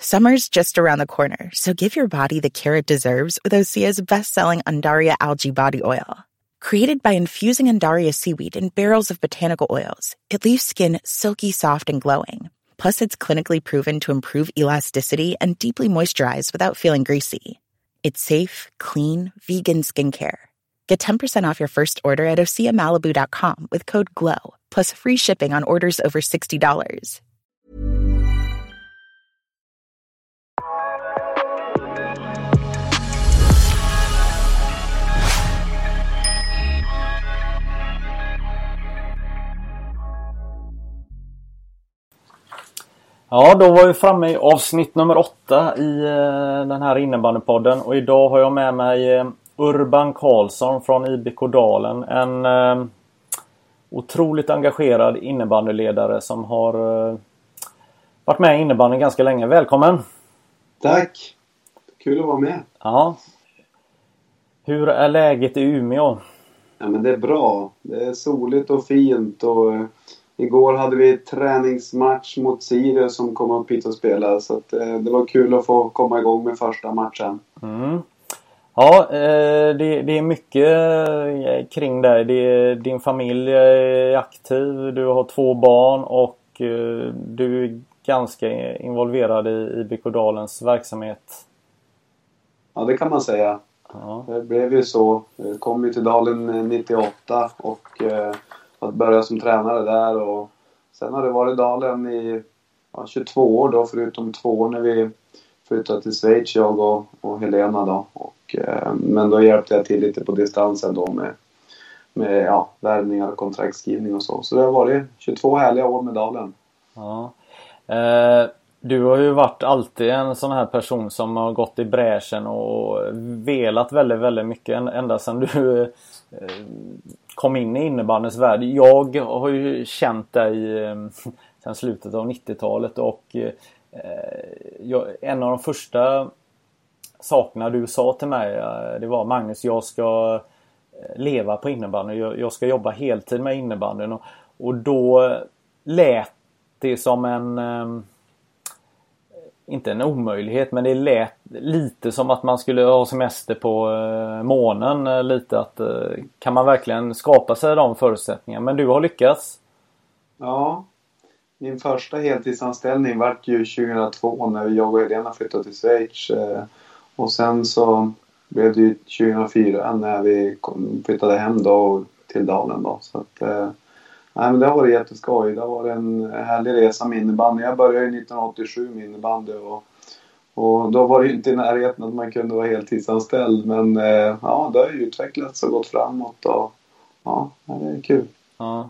Summer's just around the corner, so give your body the care it deserves with Osea's best-selling Undaria Algae Body Oil. Created by infusing Undaria seaweed in barrels of botanical oils, it leaves skin silky soft and glowing. Plus, it's clinically proven to improve elasticity and deeply moisturize without feeling greasy. It's safe, clean, vegan skincare. Get 10% off your first order at OseaMalibu.com with code GLOW, plus free shipping on orders over $60. Ja, då var vi framme i avsnitt nummer 8 i den här innebandypodden. Och idag har jag med mig Urban Karlsson från IBK Dalen. En otroligt engagerad innebandyledare som har varit med i innebandyn ganska länge. Välkommen! Tack! Kul att vara med. Ja. Hur är läget i Umeå? Ja, men det är bra. Det är soligt och fint och igår hade vi träningsmatch mot Sirius som kom upp hit och spelade. Så att, det var kul att få komma igång med första matchen. Mm. Ja, det är mycket kring dig. Din familj är aktiv, du har 2 barn och du är ganska involverad i IBK Dalens verksamhet. Ja, det kan man säga. Ja. Det blev ju så. Jag kom ju till Dalen 98 och att börja som tränare där. Och sen har det varit Dalen i 22 år då, förutom 2 år när vi flyttade till Schweiz, jag och Helena då. Men då hjälpte jag till lite på distansen då med värvningar och kontraktskrivning och så. Så det har varit 22 härliga år med Dalen. Ja. Du har ju varit alltid en sån här person som har gått i bräschen och velat väldigt, väldigt mycket ända sedan du kom in i innebandyns värld. Jag har ju känt dig sedan slutet av 90-talet och en av de första sakerna du sa till mig, det var: Magnus, jag ska leva på innebandy, jag ska jobba heltid med innebandyn. Och då lät det som inte en omöjlighet, men det lät lite som att man skulle ha semester på månen lite. Att kan man verkligen skapa sig de förutsättningarna? Men du har lyckats. Ja, min första heltidsanställning var ju 2002 när jag och Helena flyttade till Schweiz. Och sen så blev det ju 2004 när vi flyttade hem då till Dalen då. Så att, nej, men det har varit jätteskoj. Det har varit en härlig resa med innebandy. Jag började 1987 med innebandy och då var det ju inte i närheten att man kunde vara heltidsanställd. Men det har ju utvecklats och gått framåt och det är kul. Ja,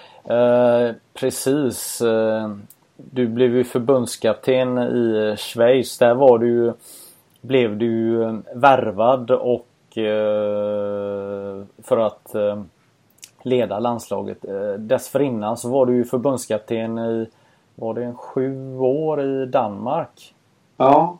precis. Du blev ju förbundskapten i Schweiz. Där blev du värvad och för att leda landslaget. Dessförinnan så var du ju förbundskapten i, var det 7 år i Danmark? Ja,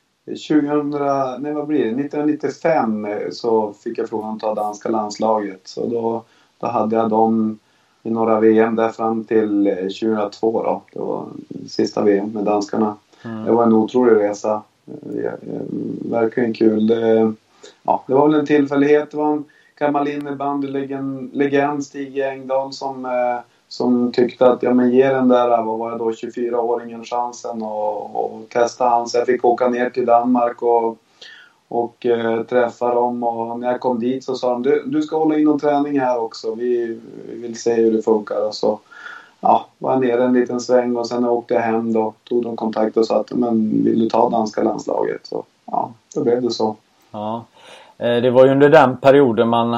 1995 så fick jag frågan att ta danska landslaget. Så då hade jag dem i några VM där fram till 2002 då. Det var sista VM med danskarna. Det var en otrolig resa. Verkligen kul. Det var väl en tillfällighet. Det var en gammal innebandylegend, Stig Engdahl, som tyckte att ge den där, vad var jag då, 24-åringen chansen och testa hans. Jag fick åka ner till Danmark och träffa dem, och när jag kom dit så sa de: du ska hålla in någon träning här också, vi vill se hur det funkar. Och så var jag nere en liten sväng och sen åkte jag hem då, tog de kontakt och sa att vill du ta danska landslaget? Så då blev det så. Ja. Det var ju under den perioden man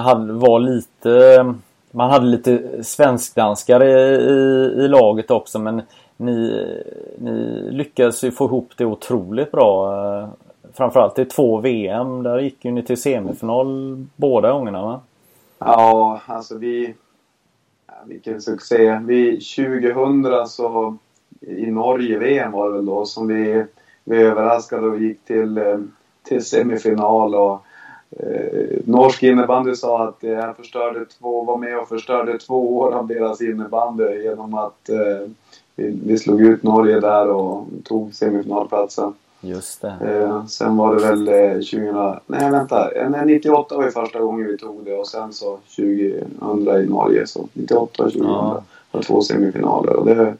hade lite svenskdanskar i laget också, men ni lyckades ju få ihop det otroligt bra. Framförallt i 2 VM, där gick ju ni till semifinal båda gångerna, va? Ja, alltså vilken succé. 2000 så i Norge VM var det väl då som vi överraskade och gick till semifinal, och norsk innebandy sa att jag var med och förstörde 2 år av deras innebandy genom att vi slog ut Norge där och tog semifinalplatsen. Just det. Sen var det väl 98 var ju första gången vi tog det, och sen så 2000 i Norge, så 98 och 2000 var 2 semifinaler, och det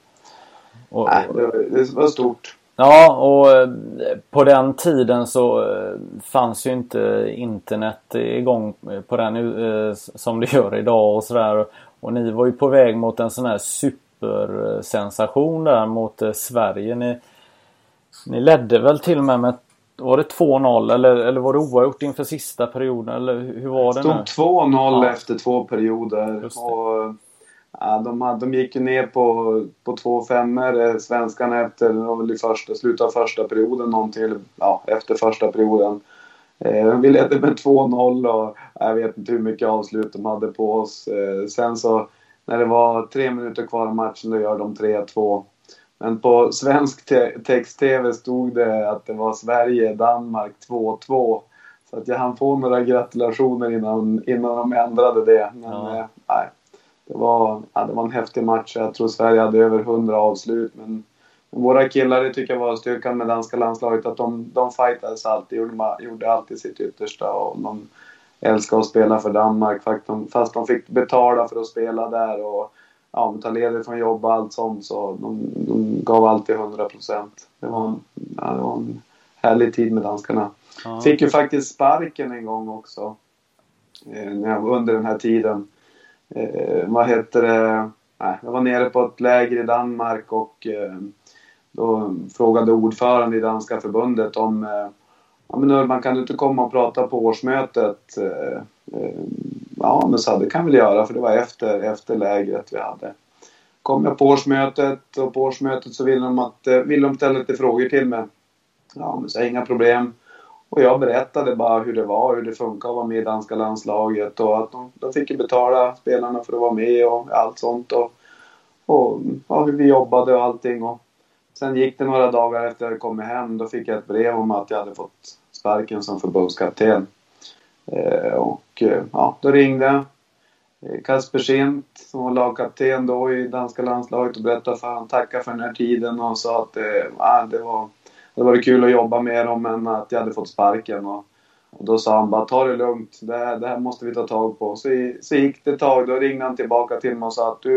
var stort. Ja, och på den tiden så fanns ju inte internet igång på den som det gör idag och sådär. Och ni var ju på väg mot en sån här supersensation där mot Sverige. Ni ledde väl till och med var det 2-0 eller var det oavgjort inför sista perioden, eller hur var det nu? Det stod 2-0 efter 2 perioder. Och de gick ju ner på 2-5 svenskarna efter slutet av första perioden någonting, efter första perioden. Vi ledde med 2-0 och jag vet inte hur mycket avslut de hade på oss. Sen så när det var 3 minuter kvar av matchen, då gör de 3-2. Men på svensk text-tv stod det att det var Sverige-Danmark 2-2. Så att jag hann få några gratulationer innan de ändrade det. Men det var en häftig match. Jag tror Sverige hade över 100 avslut. Men våra killar, det tycker jag var styrkan med danska landslaget. Att de fightades alltid, gjorde alltid sitt yttersta. Och de älskade att spela för Danmark. Fast de fick betala för att spela där. Och ta ledigt från jobb och allt sånt. Så de gav alltid 100%. Det var en härlig tid med danskarna. Fick ju faktiskt sparken en gång också. Under den här tiden. Jag var nere på ett läger i Danmark och då frågade ordförande i danska förbundet om man kan inte komma och prata på årsmötet. Men så det kan vi göra, för det var efter lägret vi hade. Kom jag på årsmötet, och på årsmötet så ville de ställa lite frågor till mig. Men så inga problem. Och jag berättade bara hur det funkar att vara med i danska landslaget. Och att de fick betala spelarna för att vara med och allt sånt. Och hur vi jobbade och allting. Och sen gick det några dagar efter att jag kom hem. Då fick jag ett brev om att jag hade fått sparken som förbundskapten. Då ringde Kasper Schint, som var lagkapten då i danska landslaget, och berättade för han tackade för den här tiden och sa att det var kul att jobba med dem, men att jag hade fått sparken. Och då sa han bara, ta det lugnt, det här måste vi ta tag på. Så gick det ett tag, då ringde han tillbaka till mig och sa att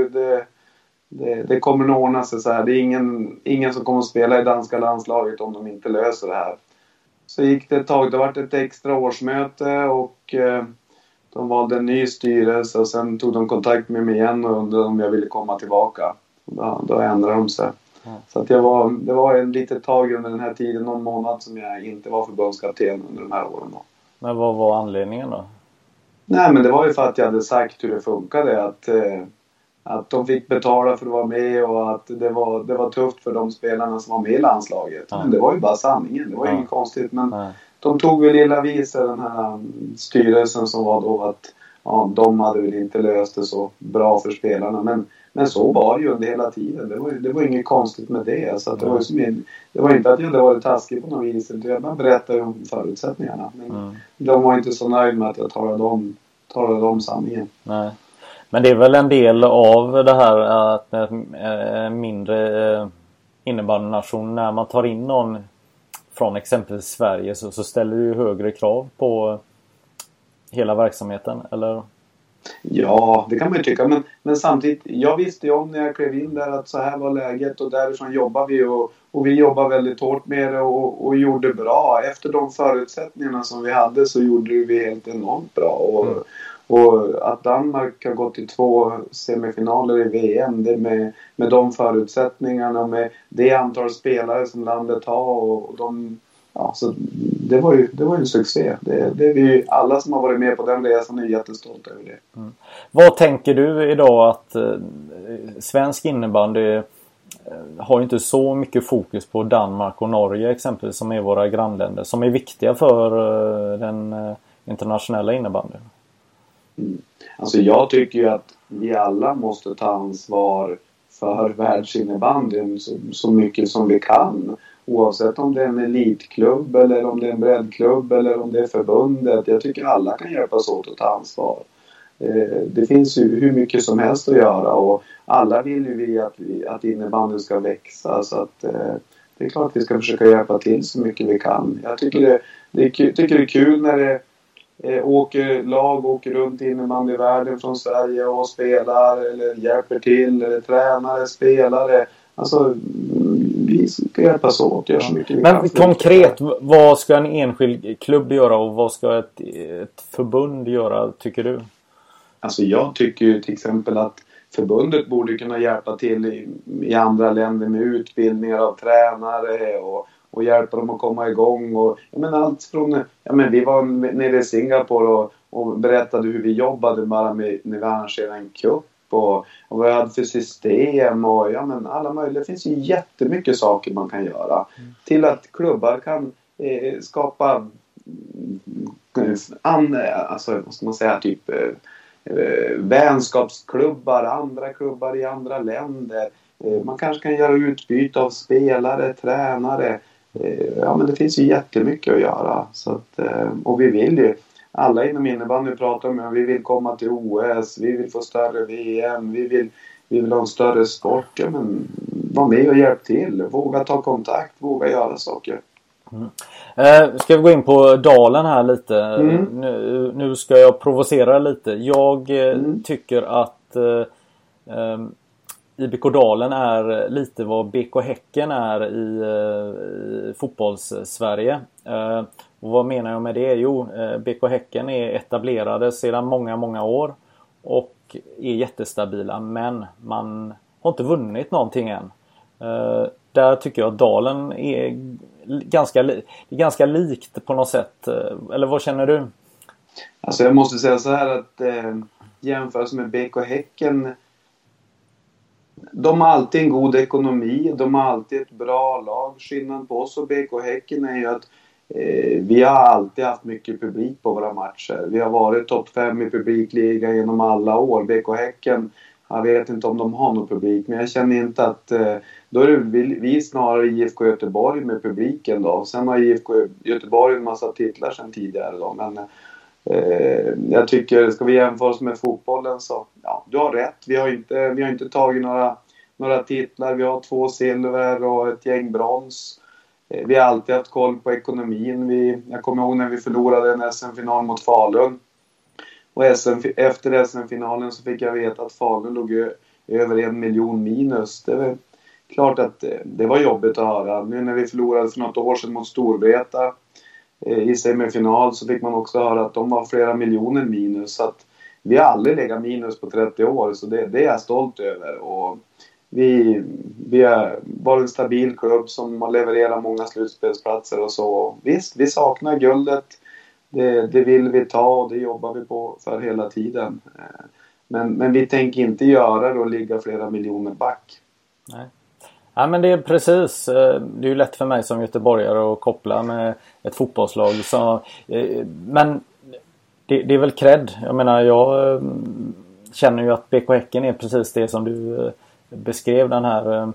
det kommer att ordna sig så här. Det är ingen som kommer att spela i danska landslaget om de inte löser det här. Så gick det ett tag, det var ett extra årsmöte och de valde en ny styrelse, och sen tog de kontakt med mig igen och undrade om jag ville komma tillbaka. Då ändrade de sig. Så att det var en litet tag under den här tiden, någon månad, som jag inte var förbundskapten under de här åren då. Men vad var anledningen då? Nej, men det var ju för att jag hade sagt hur det funkade, att de fick betala för att vara med, och att det var tufft för de spelarna som var med i landslaget. Men det var ju bara sanningen, det var ju inget konstigt. Men de tog väl illa visa den här styrelsen som var då, att de hade väl inte löst det så bra för spelarna. Men så var det ju under hela tiden. Det var inget konstigt med det. Så att det var inte att jag hade varit taskig på något vis. Jag bara berättade om förutsättningarna. Men de var inte så nöjda med att jag talade om sanningen. Nej. Men det är väl en del av det här att mindre innebandynation, när man tar in någon från exempelvis Sverige, så ställer det ju högre krav på hela verksamheten, eller? Ja, det kan man ju tycka. Men samtidigt, jag visste ju om när jag klev in där att så här var läget, och därifrån jobbar vi och vi jobbar väldigt hårt med det och gjorde bra. Efter de förutsättningarna som vi hade så gjorde vi helt enormt bra. Och att Danmark har gått till 2 semifinaler i VM, det med de förutsättningarna, med det antal spelare som landet har, och så det var ju en succé. Det är vi alla som har varit med på den resan är jättestolta över det. Vad tänker du idag att svensk innebandy har ju inte så mycket fokus på Danmark och Norge exempelvis, som är våra grannländer, som är viktiga för den internationella innebandyn? Alltså jag tycker ju att vi alla måste ta ansvar för världsinnebandyn så mycket som vi kan. Oavsett om det är en elitklubb eller om det är en breddklubb eller om det är förbundet. Jag tycker alla kan hjälpas åt att ta ansvar. Det finns ju hur mycket som helst att göra, och alla vill ju att innebandyn ska växa. Så att det är klart att vi ska försöka hjälpa till så mycket vi kan. Jag tycker det är kul när det lag åker runt innebandy i världen från Sverige och spelar eller hjälper till, eller tränare, spelare. Alltså, vi ska hjälpas åt, göra så mycket vi kan. Men konkret, vad ska en enskild klubb göra och vad ska ett förbund göra, tycker du? Alltså jag tycker ju till exempel att förbundet borde kunna hjälpa till i andra länder med utbildningar av tränare och hjälpa dem att komma igång. Och, allt från, vi var nere i Singapore och berättade hur vi jobbade bara med när vi arrangerade en cup och vad vi hade för system och alla möjliga. Det finns ju jättemycket saker man kan göra. Till att klubbar kan skapa vad ska man säga, typ vänskapsklubbar, andra klubbar i andra länder. Man kanske kan göra utbyte av spelare, tränare. Men det finns ju jättemycket att göra. Så att, och vi vill ju, alla inom innebandy pratar om att vi vill komma till OS, vi vill få större VM, vi vill ha en större sport. Var med och hjälp till. Våga ta kontakt, våga göra saker. Ska vi gå in på Dalen här lite? Nu ska jag provocera lite. Jag tycker att IBK Dalen är lite vad BK Häcken är i fotbolls-Sverige. Och vad menar jag med det? Jo, BK Häcken är etablerade sedan många år och är jättestabila, men man har inte vunnit någonting än. Där tycker jag att Dalen är ganska likt på något sätt. Eller vad känner du? Alltså jag måste säga så här att jämfört med BK Häcken, de har alltid en god ekonomi, de har alltid ett bra lag. Skillnaden på oss och BK Häcken är ju att vi har alltid haft mycket publik på våra matcher. Vi har varit topp 5 i publikliga genom alla år. BK Häcken, jag vet inte om de har någon publik, men jag känner inte att då är det vi snarare IFK Göteborg med publiken då. Sen har IFK Göteborg en massa titlar sedan tidigare då, men jag tycker, ska vi jämföra oss med fotbollen så, ja, du har rätt. Vi har inte tagit några titlar. Vi har 2 silver och ett gäng brons. Vi har alltid haft koll på ekonomin. Jag kommer ihåg när vi förlorade en SM-final mot Falun. Och efter SM-finalen så fick jag veta att Falun låg över 1 miljon minus. Det är klart att det var jobbigt att höra. Nu när vi förlorade för något år sedan mot Storvreta i semifinal så fick man också höra att de var flera miljoner minus. Så att vi har aldrig legat minus på 30 år, så det är jag stolt över. Och vi har varit en stabil klubb som har levererat många slutspelsplatser och så. Visst, vi saknar guldet. Det vill vi ta och det jobbar vi på för hela tiden. Men vi tänker inte göra det och ligga flera miljoner back. Nej. Ja, men det är precis. Det är ju lätt för mig som göteborgare att koppla med ett fotbollslag. Så, men det är väl cred. Jag menar, jag känner ju att BK Häcken är precis det som du beskrev, den här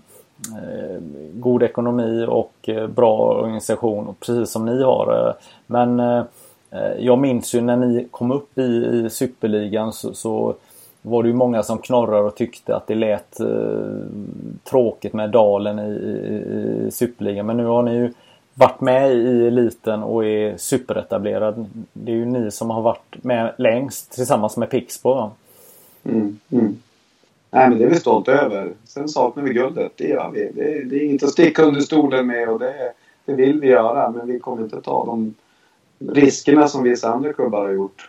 god ekonomi och bra organisation, precis som ni har. Men jag minns ju när ni kom upp i Superligan så var det ju många som knorrar och tyckte att det lät tråkigt med Dalen i Superligan. Men nu har ni ju varit med i eliten och är superetablerad. Det är ju ni som har varit med längst tillsammans med Pixbo. Nej, men det är vi stolta över. Sen saknar vi guldet, det gör vi. Det är inget att sticka under stolen med och det vill vi göra. Men vi kommer inte ta de riskerna som vissa andra klubbar har gjort.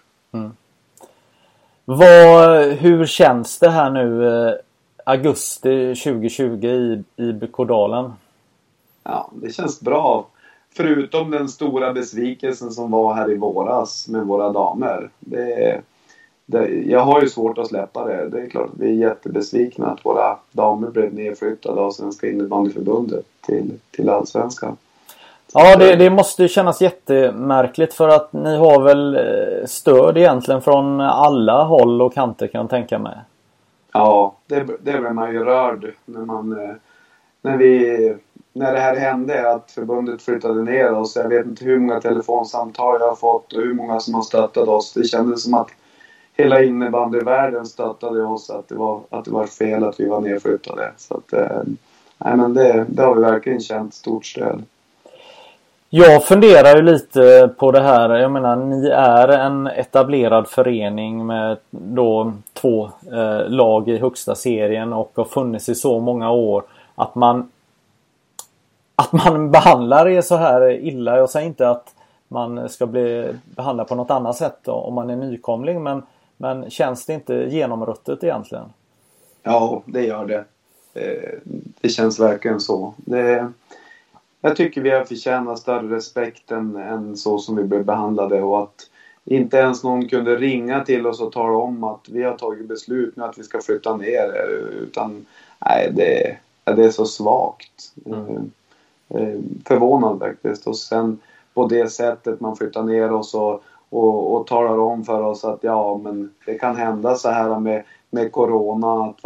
Hur känns det här nu augusti 2020 i IBK Dalen? Ja, det känns bra. Förutom den stora besvikelsen som var här i våras med våra damer. Jag har ju svårt att släppa det. Det är klart, vi är jättebesvikna att våra damer blev nedflyttade av Svenska innebandyförbundet till Allsvenskan. Ja, det måste ju kännas jättemärkligt, för att ni har väl stöd egentligen från alla håll och kanter, kan jag tänka mig. Ja, det blev man ju rörd när det här hände, att förbundet flyttade ner oss. Jag vet inte hur många telefonsamtal jag har fått och hur många som har stöttat oss. Det kändes som att hela innebandyvärlden stöttade oss, att det var fel att vi var nedflyttade. Så att, nej, men det har vi verkligen känt stort stöd. Jag funderar ju lite på det här. Jag menar, ni är en etablerad förening med då 2 lag i högsta serien och har funnits i så många år. Att man behandlar er så här illa. Jag säger inte att man ska bli behandlad på något annat sätt då, om man är nykomling. Men känns det inte genomruttet egentligen? Ja, det gör det. Det känns verkligen så. Jag tycker vi har förtjänat större respekt än så som vi blev behandlade. Och att inte ens någon kunde ringa till oss och tala om att vi har tagit beslut nu att vi ska flytta ner. Utan nej, det är så svagt. Förvånad faktiskt. Och sen på det sättet man flyttar ner oss och talar om för oss att ja, men det kan hända så här med corona, att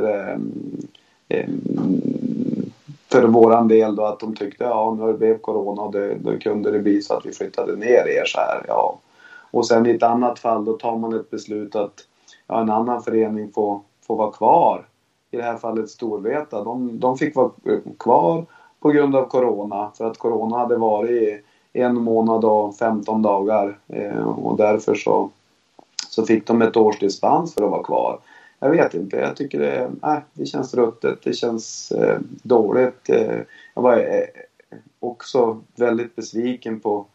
för våran del då, att de tyckte ja, när det blev corona då kunde det bli så att vi flyttade ner er så här, ja. Och sen i ett annat fall då tar man ett beslut att ja, en annan förening får vara kvar. I det här fallet Storvreta, de fick vara kvar på grund av corona, för att corona hade varit 1 månad och 15 dagar och därför så fick de ett års dispens för att vara kvar. Jag vet inte, jag tycker det känns ruttet, det känns dåligt. Jag var också väldigt besviken på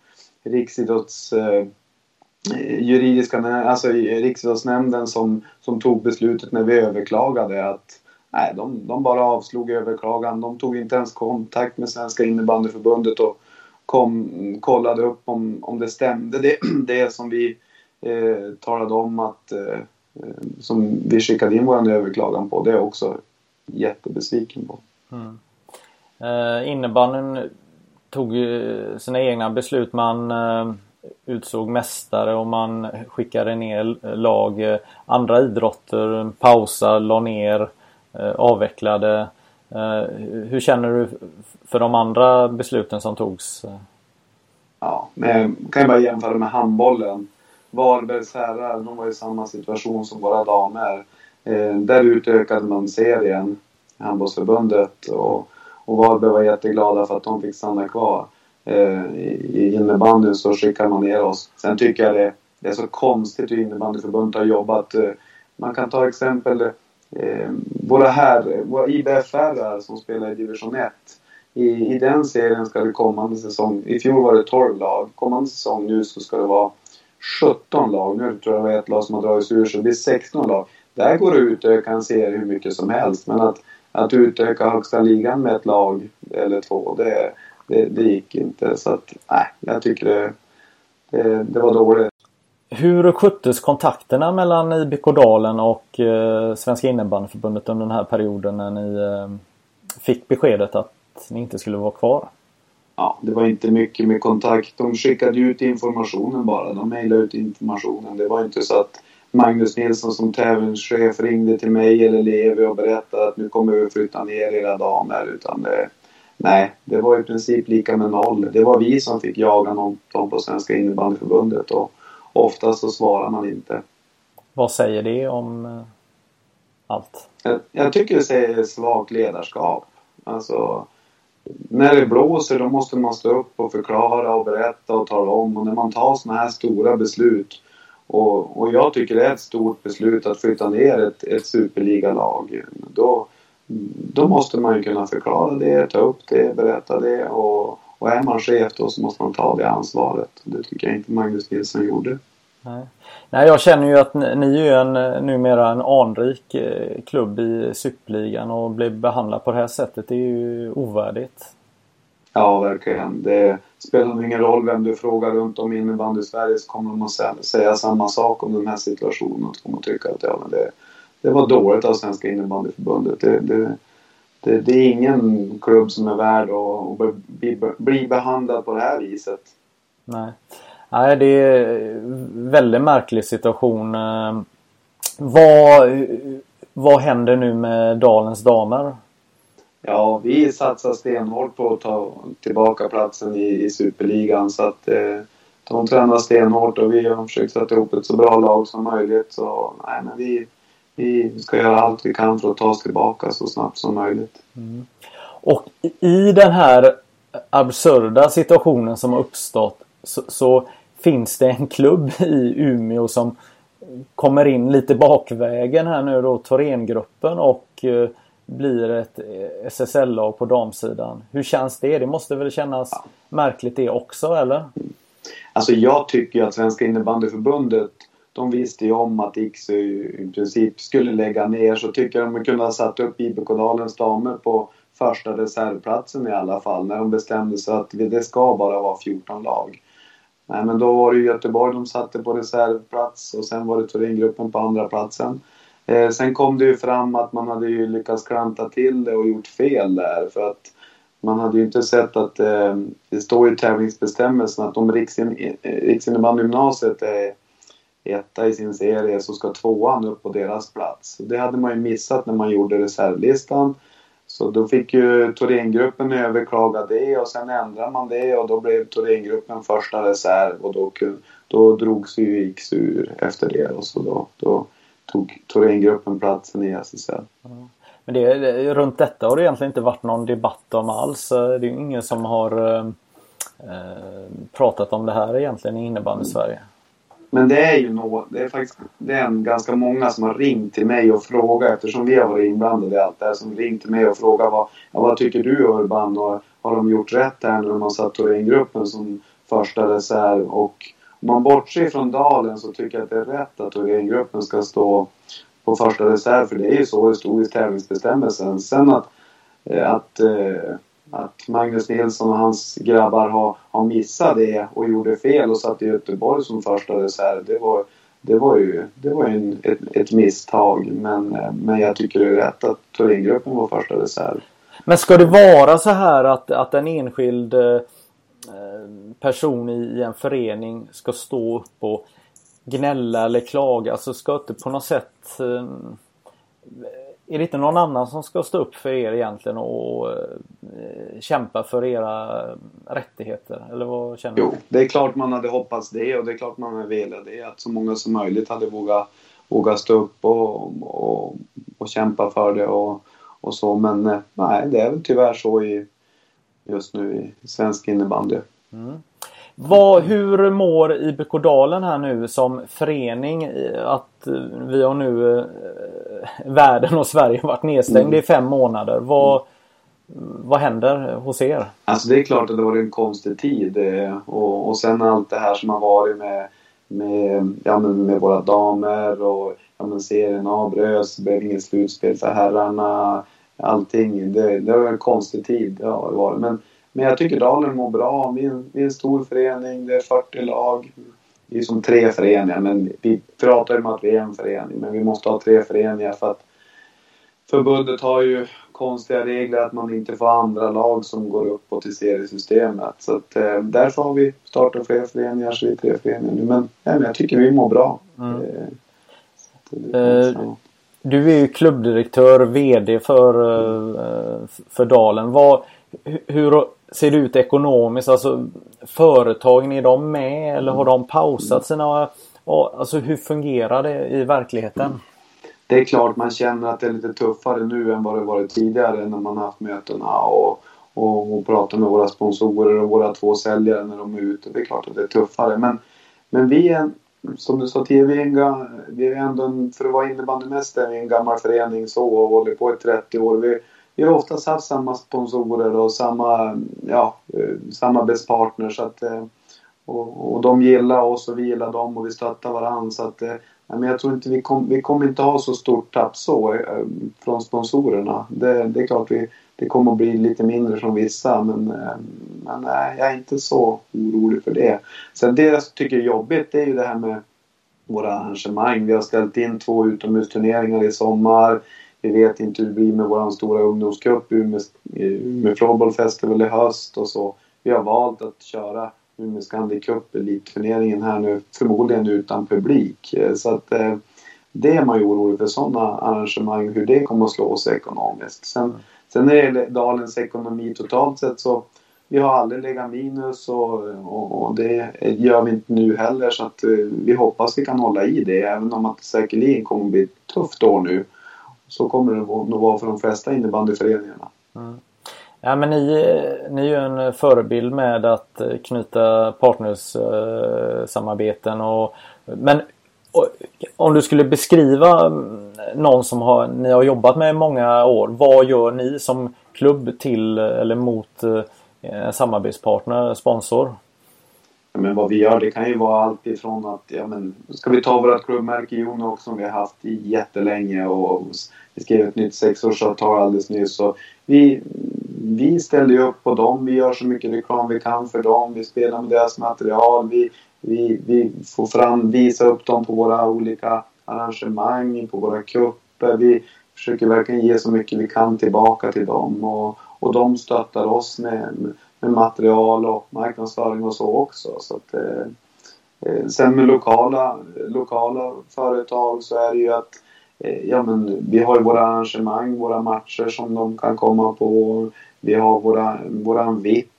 Riksidrottsnämnden som tog beslutet när vi överklagade att nej, de bara avslog överklagan. De tog inte ens kontakt med Svenska innebandyförbundet och kollade upp om det stämde. Det som vi talade om att som vi skickade in vår överklagan på, det är också jättebesviken på. Innebandyn tog sina egna beslut. Man utsåg mästare och man skickade ner lag. Andra idrotter pausade, la ner, avvecklade. Hur känner du för de andra besluten som togs? Ja, men kan jag bara jämföra med handbollen. Varbergs herrar, de var i samma situation som våra damer. Där utökade man serien, handbollsförbundet, och Varberg var jätteglada för att de fick stanna kvar. I innebandyn så skickar man ner oss. Sen tycker jag det är så konstigt hur innebandyförbundet har jobbat. Man kan ta exempel våra IBF-herrar som spelar i division 1. I den serien ska det kommande säsong, i fjol var det 12 lag, kommande säsong nu så ska det vara 17 lag. Nu tror jag det var ett lag som har dragits ur, så det blir 16 lag. Där går det att utöka en serie hur mycket som helst. Men att utöka högsta ligan med ett lag eller 2, det gick inte. Så att, nej, jag tycker det var dåligt. Hur sköttes kontakterna mellan IBK Dalen och Svenska innebandyförbundet under den här perioden när ni fick beskedet att ni inte skulle vara kvar? Ja, det var inte mycket med kontakt. De skickade ut informationen bara. De mejlade ut informationen. Det var inte så att Magnus Nilsson som tävlingschef ringde till mig eller Levi och berättade att nu kommer vi flytta ner era damer. Utan det var i princip lika med 0. Det var vi som fick jaga dem på Svenska innebandyförbundet och oftast så svarar man inte. Vad säger det om allt? Jag tycker det säger svagt ledarskap. Alltså, när det blåser då måste man stå upp och förklara och berätta och tala om. Och när man tar såna här stora beslut, och jag tycker det är ett stort beslut att flytta ner ett superligalag, då måste man ju kunna förklara det, ta upp det, berätta det, och är man chef då så måste man ta det ansvaret. Det tycker jag inte Magnus Nilsson gjorde. Nej, jag känner ju att ni är numera en anrik klubb i superligan, och bli behandlad på det här sättet, det är ju ovärdigt. Ja, verkligen. Det spelar nog ingen roll vem du frågar runt om innebandy i Sverige, så kommer de att säga samma sak om den här situationen, och kommer att tycka att det var dåligt av Svenska innebandyförbundet. Det är ingen klubb som är värd att bli behandlad på det här viset. Nej, det är en väldigt märklig situation. Vad händer nu med Dalens damer? Ja, vi satsar stenhårt på att ta tillbaka platsen i superligan, så att de tränar stenhårt och vi har försökt sätta ihop ett så bra lag som möjligt. Så nej, men vi ska göra allt vi kan för att ta oss tillbaka så snabbt som möjligt. Och i den här absurda situationen som har uppstått så finns det en klubb i Umeå som kommer in lite bakvägen här nu då, Thorengruppen, och blir ett SSL-lag på damsidan. Hur känns det? Det måste väl kännas märkligt det också, eller? Alltså jag tycker att Svenska innebandyförbundet, de visste ju om att IKSU i princip skulle lägga ner, så tycker jag de kunde ha satt upp IBK Dalens damer på första reservplatsen i alla fall, när de bestämde sig att det ska bara vara 14 lag. Nej, men då var det Göteborg de satte på reservplats, och sen var det Thorengruppen på andra platsen. Sen kom det ju fram att man hade ju lyckats klanta till det och gjort fel där, för att man hade ju inte sett att det står i tävlingsbestämmelsen att om Riksinnebandy-gymnasiet är etta i sin serie så ska tvåan upp på deras plats. Det hade man ju missat när man gjorde reservlistan. Så då fick ju Thorengruppen överklaga det, och sen ändrade man det, och då blev Thorengruppen första reserv, och då drogs ju IKSU efter det, och så då tog Thorengruppen platsen i SSL. Men runt detta har det egentligen inte varit någon debatt om alls. Det är ju ingen som har pratat om det här egentligen i innebandy i Sverige. Men det är ju det är ganska många som har ringt till mig och frågat, eftersom vi har varit inblandade i allt det här, som ringt till mig och frågat vad tycker du, Urban, och har de gjort rätt här när de har satt Thorengruppen som första reserv? Och om man bortser från Dalen så tycker jag att det är rätt att Thorengruppen ska stå på första reserv, för det är ju så historiskt tävlingsbestämmelsen. Sen att Magnus Nilsson och hans grabbar har missat det och gjorde fel och satt i Göteborg som första reserv, det var ju ett misstag, men jag tycker det är rätt att Thorengruppen var första reserv. Men ska det vara så här att en enskild person i en förening ska stå upp och gnälla eller klaga? Alltså ska inte på något sätt, är det inte någon annan som ska stå upp för er egentligen och kämpa för era rättigheter? Eller vad känner du? Jo, det är klart man hade hoppats det, och det är klart man hade velat det, att så många som möjligt hade vågat stå upp och kämpa för det och så, men nej, det är väl tyvärr så just nu i svensk innebandy. Hur mår IBK Dalen här nu som förening, att vi har nu världen och Sverige varit nedstängd i 5 månader? Vad händer hos er? Alltså det är klart att det var en konstig tid, och sen allt det här som har varit med våra damer, och serien avbröts, det blev inget slutspel för herrarna, allting, det var en konstig tid, ja, det var det. Men jag tycker Dalen mår bra. Vi är en stor förening, det är 40 lag. Vi är som 3 föreningar, men vi pratar om att vi är en förening. Men vi måste ha 3 föreningar, för att förbundet har ju konstiga regler att man inte får andra lag som går uppåt i seriesystemet. Så att, därför har vi startat fler föreningar, så vi är 3 föreningar nu. Men jag tycker vi mår bra. Du är ju klubbdirektör, vd för Dalen. Hur ser det ut ekonomiskt? Alltså företagen, är de med eller har de pausat sina? Alltså hur fungerar det i verkligheten? Det är klart man känner att det är lite tuffare nu än vad det varit tidigare när man haft mötena och pratar med våra sponsorer och våra 2 säljare när de är ute. Det är klart att det är tuffare. Men vi är, som du sa tidigare, vi är ändå, för att vara innebandymästare i en gammal förening så, och håller på i 30 år. Vi har oftast haft samma sponsorer och samma samarbetspartners, så att, och de gillar oss och vi gillar dem och vi stöttar varandra, så att, men jag tror inte vi kommer inte ha så stort tapp så från sponsorerna. Det är klart det kommer att bli lite mindre från vissa, men nej, jag är inte så orolig för det. Sen det jag tycker är jobbigt, det är ju det här med våra arrangemang. Vi har ställt in 2 utomhusturneringar i sommar. Vi vet inte hur det blir med vår stora ungdomscup med Floorball Festival i höst och så. Vi har valt att köra med Scandi Cup elitturneringen här nu, förmodligen utan publik. Så att det är man ju orolig för, sådana arrangemang, hur det kommer att slå oss ekonomiskt. Sen är det Dalens ekonomi totalt sett, så vi har aldrig legat minus och det gör vi inte nu heller, så att vi hoppas vi kan hålla i det, även om att det säkerligen kommer att bli ett tufft år nu. Så kommer det nog vara för de flesta innebandyföreningarna. Ja, men ni är ju en förebild med att knyta partners-samarbeten. Men om du skulle beskriva någon som ni har jobbat med i många år, vad gör ni som klubb till eller mot samarbetspartner, sponsor? Ja, men vad vi gör, det kan ju vara allt ifrån att, ska vi ta vårt klubbmärke Jonox som vi har haft i jättelänge, och vi skrev ett nytt 6-årsavtal alldeles nyss, så vi ställer ju upp på dem, vi gör så mycket reklam vi kan för dem, vi spelar med deras material, vi får visa upp dem på våra olika arrangemang, på våra kupper, vi försöker verkligen ge så mycket vi kan tillbaka till dem, och de stöttar oss med material och marknadsföring och så också. Så att, sen med lokala företag så är det ju att vi har ju våra arrangemang, våra matcher som de kan komma på. Vi har våran VIP.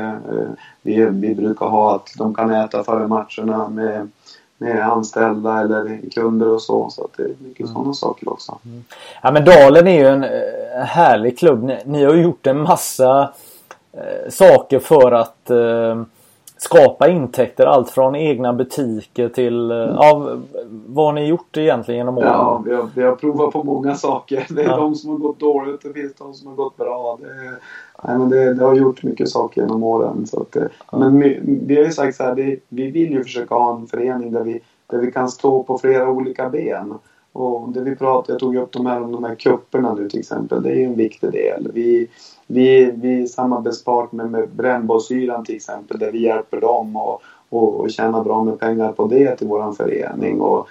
Vi brukar ha att de kan äta före matcherna med anställda eller kunder och så. Så att det är mycket sådana saker också. Ja, men Dalen är ju en härlig klubb. Ni har ju gjort en massa saker för att skapa intäkter, allt från egna butiker till vad har ni gjort egentligen genom åren? Ja, vi har provat på många saker. Det är de som har gått dåligt, det finns de som har gått bra. Det har gjort mycket saker genom åren, så att, men vi har ju sagt så här, vi vill ju försöka ha en förening där vi kan stå på flera olika ben. Och det jag tog upp de här kupperna nu till exempel, det är ju en viktig del. Vi är samarbetspartner med Brännbollsyran till exempel, där vi hjälper dem och tjänar bra med pengar på det till våran förening. Och,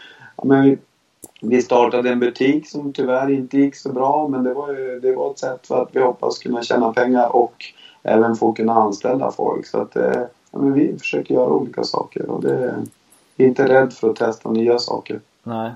vi startade en butik som tyvärr inte gick så bra, men det var ett sätt för att vi hoppas kunna tjäna pengar och även få kunna anställa folk. Så att vi försöker göra olika saker, och vi är inte rädd för att testa nya saker. Nej.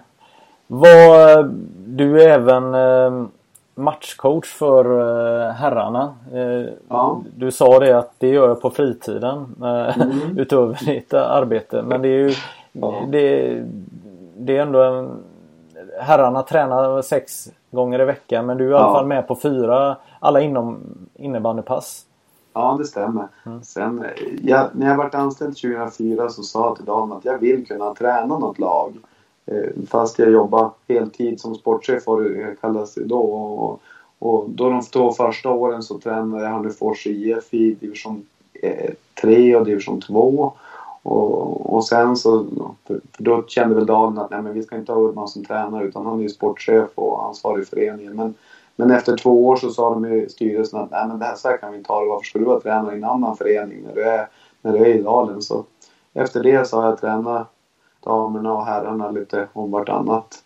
Du är även matchcoach för herrarna. Ja. Du sa det att det gör jag på fritiden utöver ditt arbete. Men det är ju det är ändå herrarna tränar 6 gånger i veckan, men du är i alla fall med på 4 alla inom innebandypass. Ja, det stämmer. Sen, när jag varit anställd 2004 så sa jag till dem att jag vill kunna träna något lag. Fast jag jobbar heltid som sportchef, det kallas det då. Och då de 2 första åren så tränade jag Hörnefors IF i division 3 och division 2. Och sen så, för då kände väl Dalen att vi ska inte ha Urban som tränare, utan han är ju sportchef och ansvarig i föreningen. Men efter 2 år så sa de i styrelsen att det här så här kan vi inte ha det. Varför ska du vara tränare i en annan förening när du är i Dalen? Så efter det så har jag tränat damerna och herrarna lite om vartannat.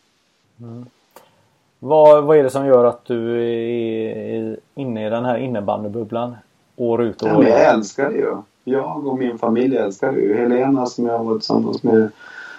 Vad är det som gör att du är inne i den här innebandybubblan år ut och år in? Jag älskar det ju. Jag och min familj älskar det ju. Helena som jag var tillsammans med,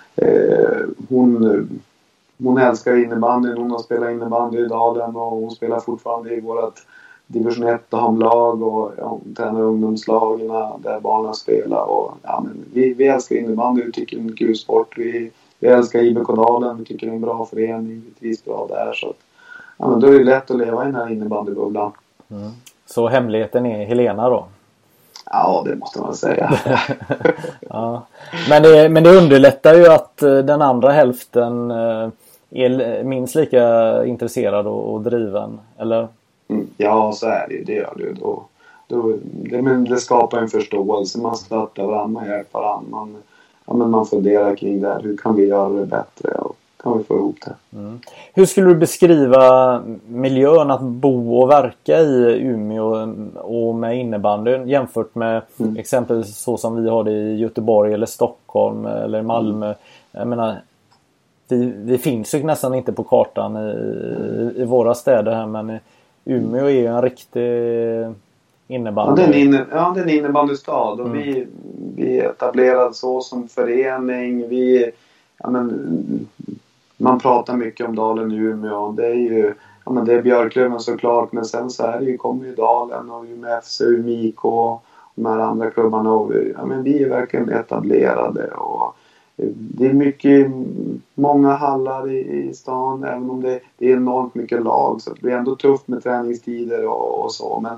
hon älskar innebandy. Hon har spelat innebandy i Dalen och hon spelar fortfarande i vårt division 1 damlag, och hon tränar ungdomslagen där barnen spelar. Och, vi älskar innebandy, vi tycker det är en kul sport. Vi älskar IBK Dalen, vi tycker det är en bra förening, vi trivs bra där. Så att, då är det lätt att leva i den här innebandybubblan. Så hemligheten är Helena då? Ja, det måste man säga. Ja. Men det underlättar ju att den andra hälften är minst lika intresserad och driven, eller? Ja, så är det. Det gör det. Det skapar en förståelse. Man stöttar varandra, man hjälper varandra. Man funderar kring det här. Hur kan vi göra det bättre? Och kan vi få ihop det? Hur skulle du beskriva miljön att bo och verka i Umeå och med innebandyn jämfört med exempelvis så som vi har det i Göteborg eller Stockholm eller Malmö? Jag menar, vi finns ju nästan inte på kartan i våra städer här, men Umeå är ju en riktig innebandy. Ja, det är en innebandystad, och vi är etablerade så som förening. Man pratar mycket om Dalen i Umeå. Det är ju det är Björklöven såklart, men sen så är det ju, kommer ju Dalen och Umeå FC, Umeå IK och de här andra klubbarna. Och vi är verkligen etablerade, och det är många hallar i stan, även om det är enormt mycket lag, så det blir ändå tufft med träningstider och så,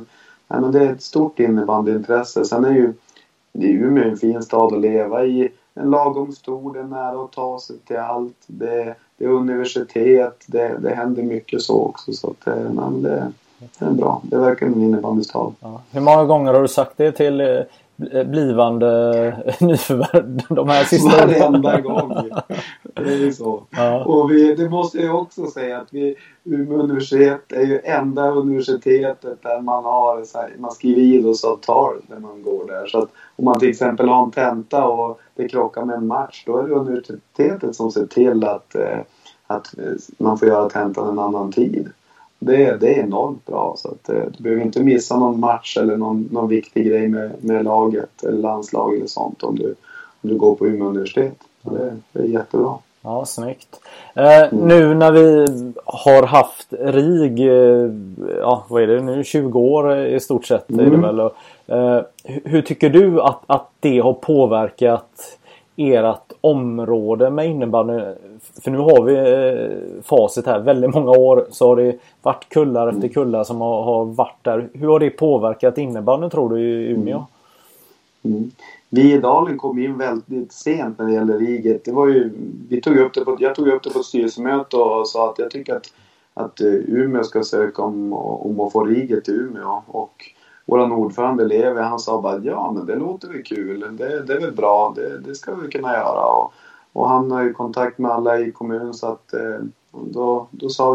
men det är ett stort innebandyintresse. Sen är ju Umeå en fin stad att leva i. En lagom stor, det är nära att ta sig till allt. Det är universitet, det händer mycket så också. Så att, det är bra. Det är verkligen en innebandystad. Ja. Hur många gånger har du sagt det till blivande nyförvärv de här sista åren? Varenda gång. Det är ju så. Ja. Och det måste jag också säga att Umeå universitet är ju enda universitetet där man skriver idrottsavtal när man går där. Så att om man till exempel har en tenta och det krockar med en match, då är det universitetet som ser till att man får göra tentan en annan tid. Det är enormt bra, så att du behöver inte missa någon match eller någon viktig grej med laget eller landslag eller sånt om du går på Umeå universitet. Det är jättebra. Ja, snyggt. Nu när vi har haft RIG, vad är det nu, 20 år i stort sett är det väl. Hur tycker du att det har påverkat ert område med innebandy? För nu har vi facit här. Väldigt många år så har det varit kullar efter kullar som har varit där. Hur har det påverkat innebandy, tror du, i Umeå? Vi i Dalen kom in väldigt sent när det gäller riget. Det var ju, jag tog upp det på ett styrelsemöte och sa att jag tycker att Umeå ska söka om att få riget till Umeå. Och vår ordförande Levi, han sa bara ja, men det låter väl kul. Det är väl bra, det ska vi kunna göra. Och han har ju kontakt med alla i kommunen, så att då sa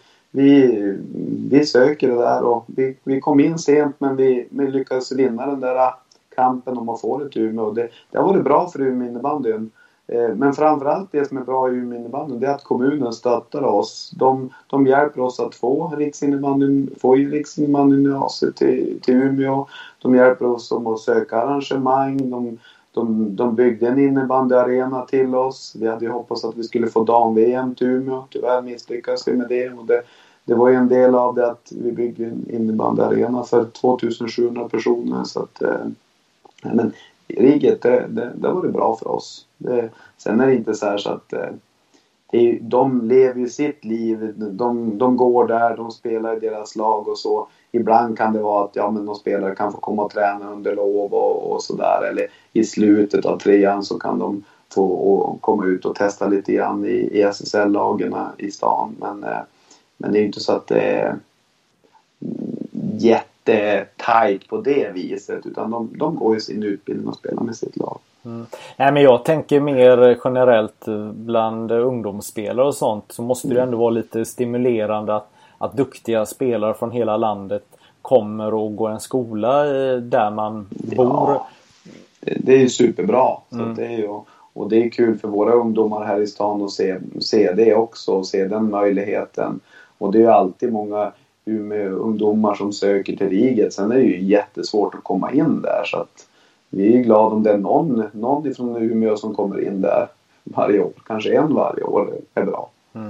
vi söker det där. Och vi kom in sent, men vi lyckades vinna den där kampen om att få det till Umeå. Det har varit bra för Umeå innebandyn. Men framförallt det som är bra i Umeå innebandyn, det är att kommunen stöttar oss. De hjälper oss att få riksinnebandy till Umeå. De hjälper oss om att söka arrangemang. De byggde en innebandyarena till oss. Vi hade ju hoppats att vi skulle få dam-VM till Umeå. Tyvärr misslyckades vi med det. Och det var ju en del av det att vi byggde en innebandyarena för 2700 personer. Så att, men riget, det var det bra för oss. Sen är det inte så här så att de lever ju sitt liv. De går där, de spelar i deras lag och så. Ibland kan det vara att någon spelare kan få komma och träna under lov och sådär. Eller i slutet av 3:an så kan de få komma ut och testa lite grann i SSL-lagarna i stan. Men det är ju inte så att det är jättetajt på det viset, utan de går ju sin utbildning och spelar med sitt lag. Nej, men jag tänker mer generellt bland ungdomsspelare och sånt, så måste det ändå vara lite stimulerande att duktiga spelare från hela landet kommer och går en skola där man bor. Ja, det är ju superbra. Så det är ju, och det är kul för våra ungdomar här i stan att se det också och se den möjligheten. Och det är ju alltid många ungdomar som söker till riget. Sen är det ju jättesvårt att komma in där, så att vi är glada om det är någon ifrån Umeå som kommer in där varje år. Kanske en varje år är bra.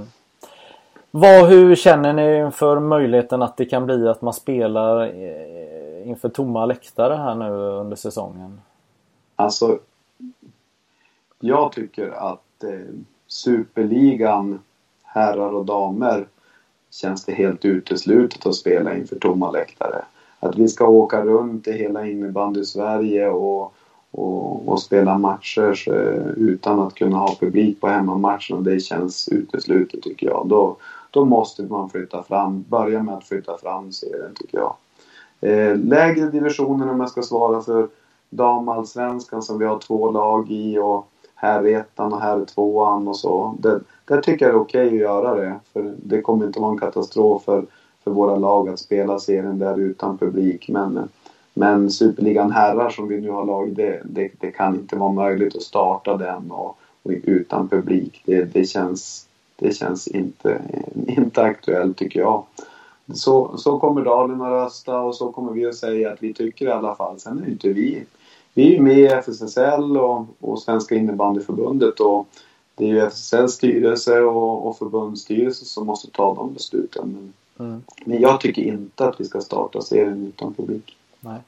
Hur känner ni inför möjligheten att det kan bli att man spelar inför tomma läktare här nu under säsongen? Alltså, jag tycker att Superligan, herrar och damer, känns det helt uteslutet att spela inför tomma läktare. Att vi ska åka runt i hela innebandy Sverige och spela matcher utan att kunna ha publik på hemmamatchen, det känns uteslutet, tycker jag. Då måste man börja med att flytta fram serien, tycker jag. Lägre divisioner, om jag ska svara för damallsvenskan som vi har 2 lag i, och här 1:an och här 2:an och så. Det tycker jag är okej att göra det. För det kommer inte vara en katastrof för våra lag att spela serien där utan publik. Men Superligan herrar som vi nu har lag, det kan inte vara möjligt att starta den och utan publik. Det känns inte aktuellt, tycker jag. Så kommer Dalen att rösta, och så kommer vi att säga att vi tycker i alla fall. Sen är det inte vi. Vi är med i FSSL och Svenska innebandyförbundet, och det är ju FSSLs styrelse och förbundsstyrelse som måste ta de besluten. Men jag tycker inte att vi ska starta serien utan publik. Nej.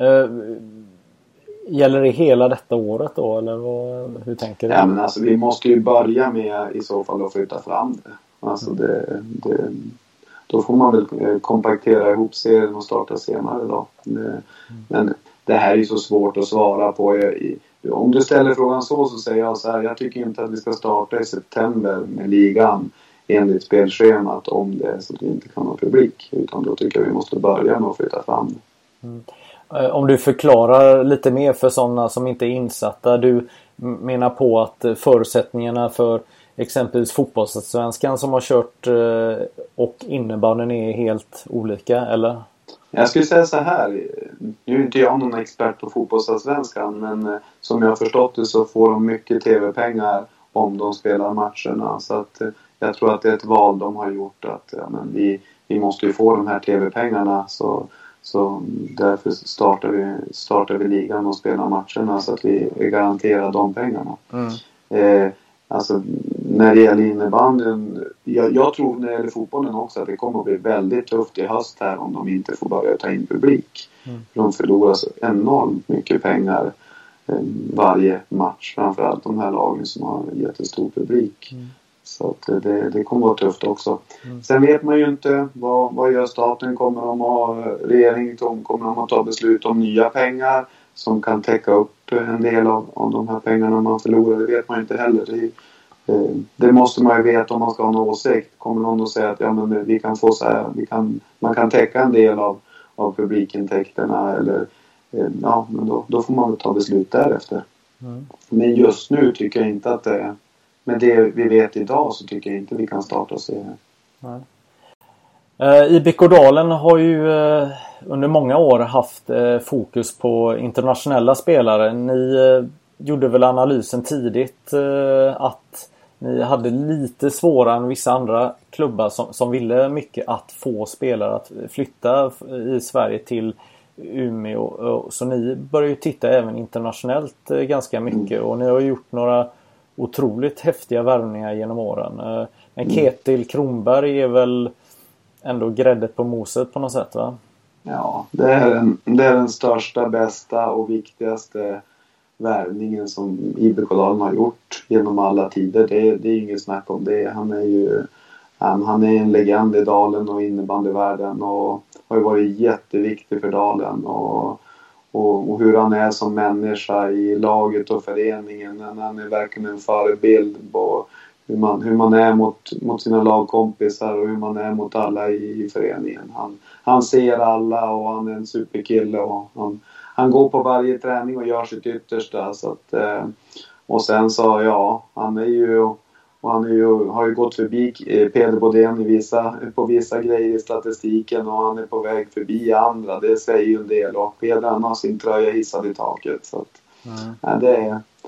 Gäller det hela detta året då, eller hur tänker du? Ja, men alltså vi måste ju börja med i så fall att flytta fram det. Alltså då får man väl kompaktera ihop serien och starta senare då. Men det här är ju så svårt att svara på. Om du ställer frågan så säger jag så här: jag tycker inte att vi ska starta i september med ligan enligt spelschemat om det är så att vi inte kan ha publik, utan då tycker jag vi måste börja med att flytta fram. Om du förklarar lite mer för sådana som inte är insatta, du menar på att förutsättningarna för exempelvis fotbollssvenskan som har kört och innebandyn är helt olika, eller? Jag skulle säga så här, nu är inte jag någon expert på fotbollssvenskan, men som jag har förstått det så får de mycket tv-pengar om de spelar matcherna, så att jag tror att det är ett val de har gjort, att vi måste ju få de här tv-pengarna, så därför startar vi ligan och spelar matcherna så att vi är garanterade de pengarna. Alltså när det gäller innebandyn, jag tror när det gäller fotbollen också att det kommer att bli väldigt tufft i höst här om de inte får börja ta in publik. De förlorar så enormt mycket pengar varje match, framförallt de här lagen som har jättestor publik. Så att det kommer att vara tufft också. Sen vet man ju inte vad gör staten. Kommer de att regeringen kommer de att ta beslut om nya pengar som kan täcka upp en del av de här pengarna man förlorar? Det vet man ju inte heller. Det måste man ju veta om man ska ha en åsikt. Kommer någon att säga att men vi kan få så här, man kan täcka en del av publikintäkterna, eller men då får man väl ta beslut därefter. Men just nu tycker jag inte att det, men det vi vet idag, så tycker jag inte vi kan starta och se här. IBK Dalen har ju under många år haft fokus på internationella spelare. Ni gjorde väl analysen tidigt att ni hade lite svårare än vissa andra klubbar som ville mycket att få spelare att flytta i Sverige till Umeå. Så ni börjar ju titta även internationellt ganska mycket, och ni har gjort några otroligt häftiga värvningar genom åren. Men Ketil Kronberg är väl ändå gräddet på moset på något sätt, va? Ja, det är den största, bästa och viktigaste värvningen som IBK Dalen har gjort genom alla tider. Det är inget snack om det. Han är en legend i Dalen och innebandyvärlden, och har ju varit jätteviktig för Dalen, och hur han är som människa i laget och föreningen. Han är verkligen en förebild på hur man är mot sina lagkompisar och hur man är mot alla i föreningen. Han ser alla, och han är en superkille, och han går på varje träning och gör sitt yttersta. Så att, och sen så han har ju gått förbi Peder Bodén på vissa grejer i statistiken, och han är på väg förbi andra. Det säger ju en del, och Peder har sin tröja hissad i taket. Så att, det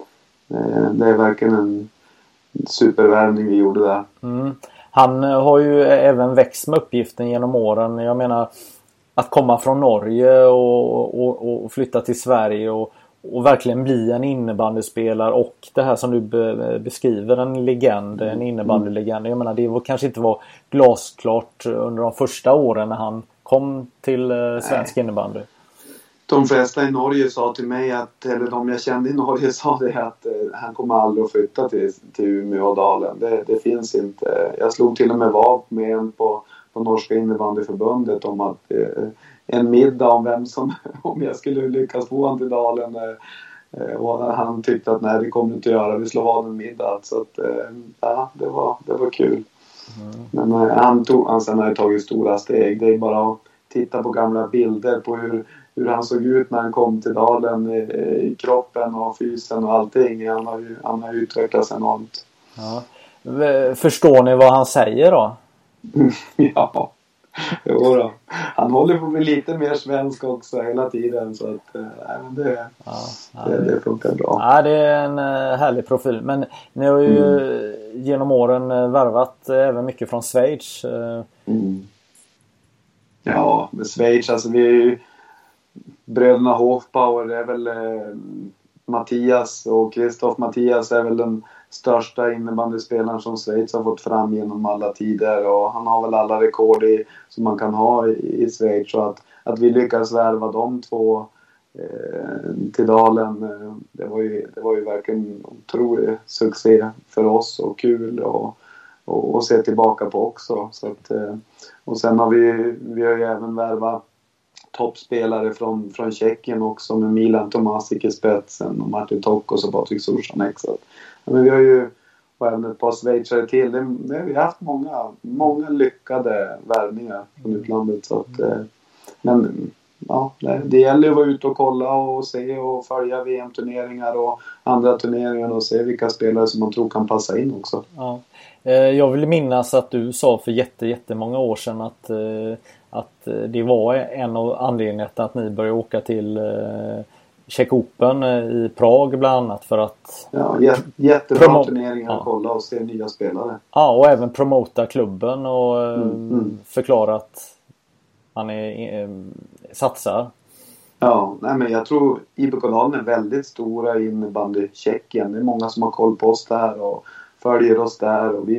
är verkligen en supervärvning vi gjorde där. Han har ju även växt med uppgiften genom åren. Jag menar, att komma från Norge och flytta till Sverige och verkligen bli en innebandyspelare, och det här som du beskriver, en innebandylegend. Jag menar, det kanske inte var glasklart under de första åren när han kom till svensk innebandy. De flesta i Norge sa till mig eller de jag kände i Norge sa det, att han kommer aldrig att flytta till Umeå och Dalen. Det finns inte. Jag slog till och med vad med en på Norska innebandyförbundet om att en middag om jag skulle lyckas få han till Dalen, och han tyckte att nej, det kommer inte att göra, vi slår vad en middag. Så att det var kul. Men han sen har tagit stora steg. Det är bara att titta på gamla bilder på hur han såg ut när han kom till Dalen, i kroppen och fysen och allting. Han har utvecklats enormt. Ja. Förstår ni vad han säger då? Ja, jo då. Han håller på att bli lite mer svensk också hela tiden, så att det funkar bra. Ja, det är en härlig profil. Men ni har ju genom åren värvat även mycket från Schweiz. Ja, med Schweiz, alltså vi är ju bröderna Hofbauer, det är väl Mattias och Christoph Mattias är väl den största innebandyspelaren som Schweiz har fått fram genom alla tider, och han har väl alla rekord som man kan ha i Schweiz, så att vi lyckas värva de två till Dalen, det var ju verkligen en otrolig succé för oss, och kul, och och se tillbaka på också. Så att, och sen har vi har ju även värvat toppspelare från Tjeckien också, med Milan Tomasic i spetsen och Martin Tokos och Patrik Suchanek. Så att, men vi har ju och även ett par schweizare till. Vi har haft många lyckade värvningar från utlandet. Så att, men ja, det gäller att vara ute och kolla och se och följa VM-turneringar och andra turneringar och se vilka spelare som man tror kan passa in också. Ja. Jag vill minnas att du sa för jättemånga år sedan att det var en av anledningarna till att ni började åka till Czech Open i Prag bland annat för att... Ja, jättebra turneringar att kolla och se nya spelare. Ja, och även promota klubben och förklara att man satsar. Ja, men jag tror IBK Dalen är väldigt stora i innebandy Tjeckien. Det är många som har koll på oss där och följer oss där. Och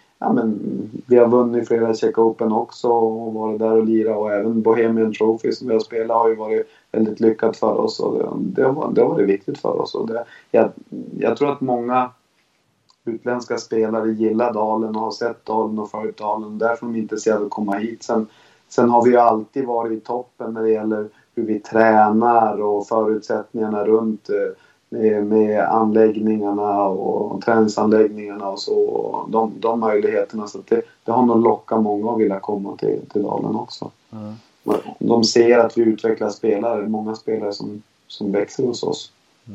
vi har vunnit flera Czech Open också och varit där och lira. Och även Bohemian Trophy som vi har spelat har ju varit väldigt lyckat för oss. Och det har varit viktigt för oss. Och jag tror att många utländska spelare gillar Dalen och har sett Dalen och följt Dalen. Därför är de intresserade att komma hit. Sen har vi ju alltid varit i toppen när det gäller hur vi tränar och förutsättningarna runt med anläggningarna och träningsanläggningarna och så. De möjligheterna. Så att det har nog lockat många att vilja komma till Dalen också. De ser att vi utvecklar spelare. Många spelare som växer hos oss.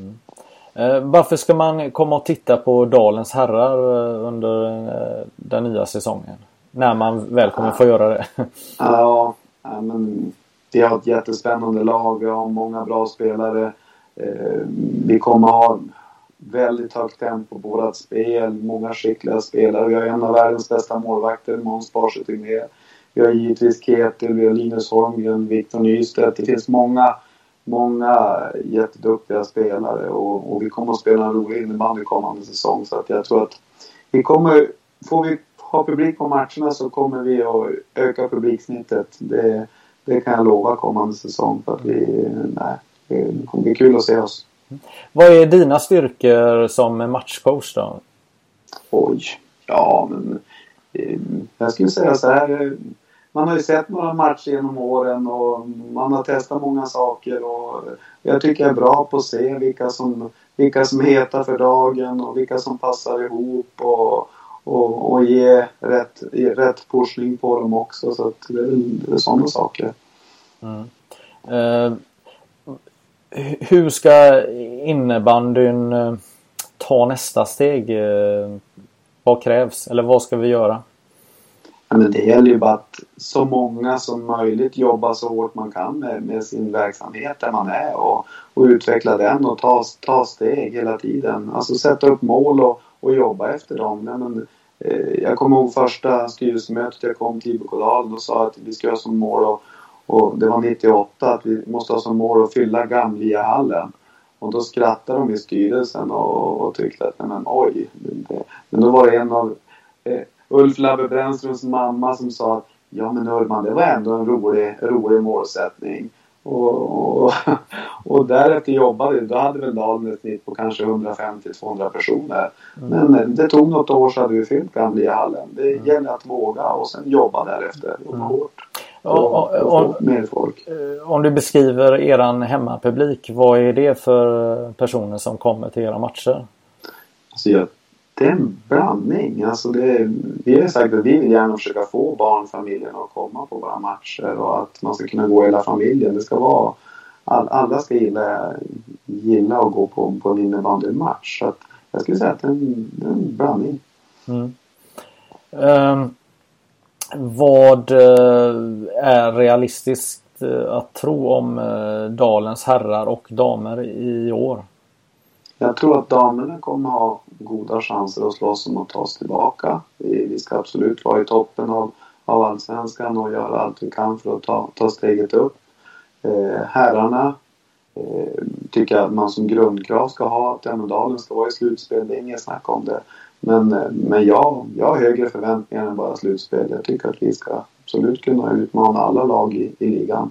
Varför ska man komma och titta på Dalens herrar under den nya säsongen? När man väl kommer få göra det. Ja, men vi har ett jättespännande lag. Vi har många bra spelare. Vi kommer ha väldigt högt tempo på vårt spel. Många skickliga spelare. Vi har en av världens bästa målvakter, Måns Barsetingné. Vi har givetvis Ketil, vi har Linus Holmgren, Viktor Nystedt. Det finns många jätteduktiga spelare. Och vi kommer att spela en rolig innebandy kommande säsong. Så att jag tror att får vi ha publik på matcherna så kommer vi att öka publiksnittet. Det kan jag lova kommande säsong. För att det kommer bli kul att se oss. Vad är dina styrkor som matchcoach då? Men jag skulle säga så här. Man har ju sett några matcher genom åren och man har testat många saker. Och jag tycker jag är bra på att se vilka som är heta för dagen och vilka som passar ihop och ge rätt pushning på dem också. Så att det är sådana saker. Hur ska innebandyn ta nästa steg? Vad krävs? Eller vad ska vi göra? Men det gäller ju bara att så många som möjligt jobbar så hårt man kan med sin verksamhet där man är och utveckla den och ta steg hela tiden. Alltså sätta upp mål och jobba efter dem. Jag kommer ihåg första styrelsemötet jag kom till IBK Dalen och sa att vi ska ha som mål och det var 98 att vi måste ha som mål att fylla Gamlia-hallen. Och då skrattade de i styrelsen och tyckte att men då var det en av Ulf Labbe Brännströms mamma som sa att ja men Urban, det var ändå en rolig målsättning. Och därefter jobbade då hade väl Dalen ett snitt på kanske 150-200 personer. Men det tog något år så hade vi fyllt Gamlia-hallen. Det gäller att våga och sen jobba därefter. Jobba hårt. Mer folk. Om du beskriver eran hemmapublik, vad är det för personer som kommer till era matcher? Alltså det är en blandning. Alltså vi har sagt att vi vill gärna försöka få barnfamiljen att komma på våra matcher och att man ska kunna gå hela familjen. Det ska vara alla ska gilla att gå på en innebandymatch. Så att jag skulle säga att det är en blandning. Vad är realistiskt att tro om Dalens herrar och damer i år? Jag tror att damerna kommer ha goda chanser att slåss om att ta oss tillbaka. Vi ska absolut vara i toppen av allsvenskan och göra allt vi kan för att ta steget upp. Herrarna tycker jag att man som grundkrav ska ha att Dalen ska vara i slutspel. Det är inget snack om det. Men jag har högre förväntningar än bara slutspel. Jag tycker att vi ska absolut kunna utmana alla lag i ligan.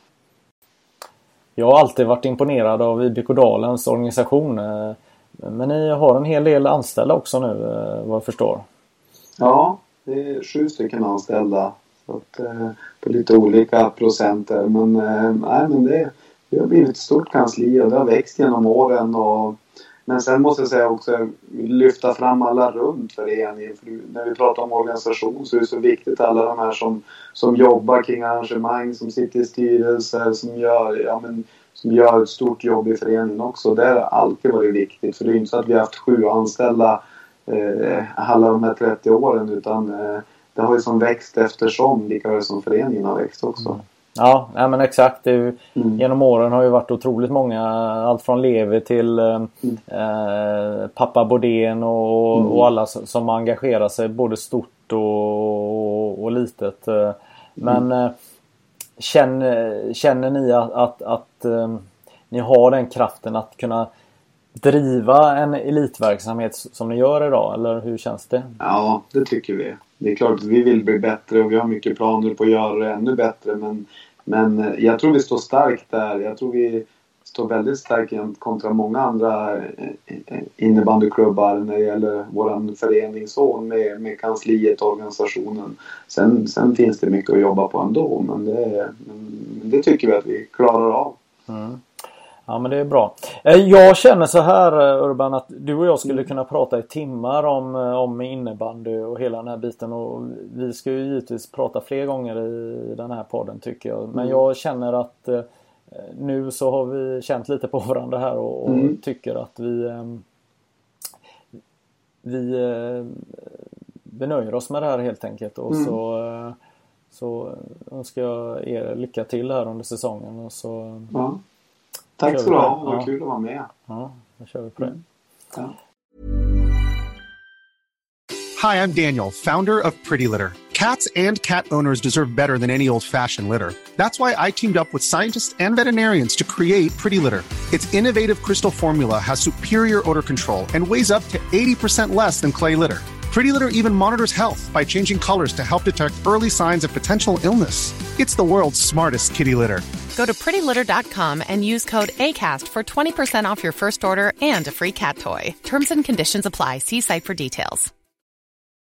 Jag har alltid varit imponerad av IBK Dalens organisation. Men ni har en hel del anställda också nu, vad jag förstår. Ja, det är 7 stycken anställda. Så att, på lite olika procenter. Men, men det har blivit ett stort kansli och det har växt genom åren. Men sen måste jag säga också lyfta fram alla runt föreningen. För när vi pratar om organisation så är det så viktigt alla de här som jobbar kring arrangemang, som sitter i styrelser, som gör ett stort jobb i föreningen också. Det har alltid varit viktigt. För det är inte så att vi har haft 7 anställda alla de här 30 åren, utan det har ju som växt eftersom, lika som föreningen har växt också. Ja, men exakt. Genom åren har ju varit otroligt många, allt från Levi till pappa Bodén och alla som engagerar sig både stort och litet. Men känner ni att ni har den kraften att kunna driva en elitverksamhet som ni gör idag, eller hur känns det? Ja, det tycker vi. Det är klart att vi vill bli bättre och vi har mycket planer på att göra det ännu bättre, men jag tror vi står starkt där. Jag tror vi står väldigt starkt kontra många andra innebandyklubbar när det gäller våran föreningszon med kansliet och organisationen. Sen finns det mycket att jobba på ändå, men det tycker vi att vi klarar av. Mm. Ja, men det är bra. Jag känner så här, Urban, att du och jag skulle kunna prata i timmar om innebandy och hela den här biten. Och vi ska ju givetvis prata fler gånger i den här podden, tycker jag. Men jag känner att nu så har vi känt lite på varandra här och tycker att vi nöjer oss med det här helt enkelt. Och så önskar jag er lycka till här under säsongen. Och så... Ja. Tack så bra, vad kul att vara med. Ja, då kör vi på det. Ja. Hi, I'm Daniel, founder of Pretty Litter. Cats and cat owners deserve better than any old-fashioned litter. That's why I teamed up with scientists and veterinarians to create Pretty Litter. Its innovative crystal formula has superior odor control and weighs up to 80% less than clay litter. Pretty Litter even monitors health by changing colors to help detect early signs of potential illness. It's the world's smartest kitty litter. Go to prettylitter.com and use code ACAST for 20% off your first order and a free cat toy. Terms and conditions apply. See site for details.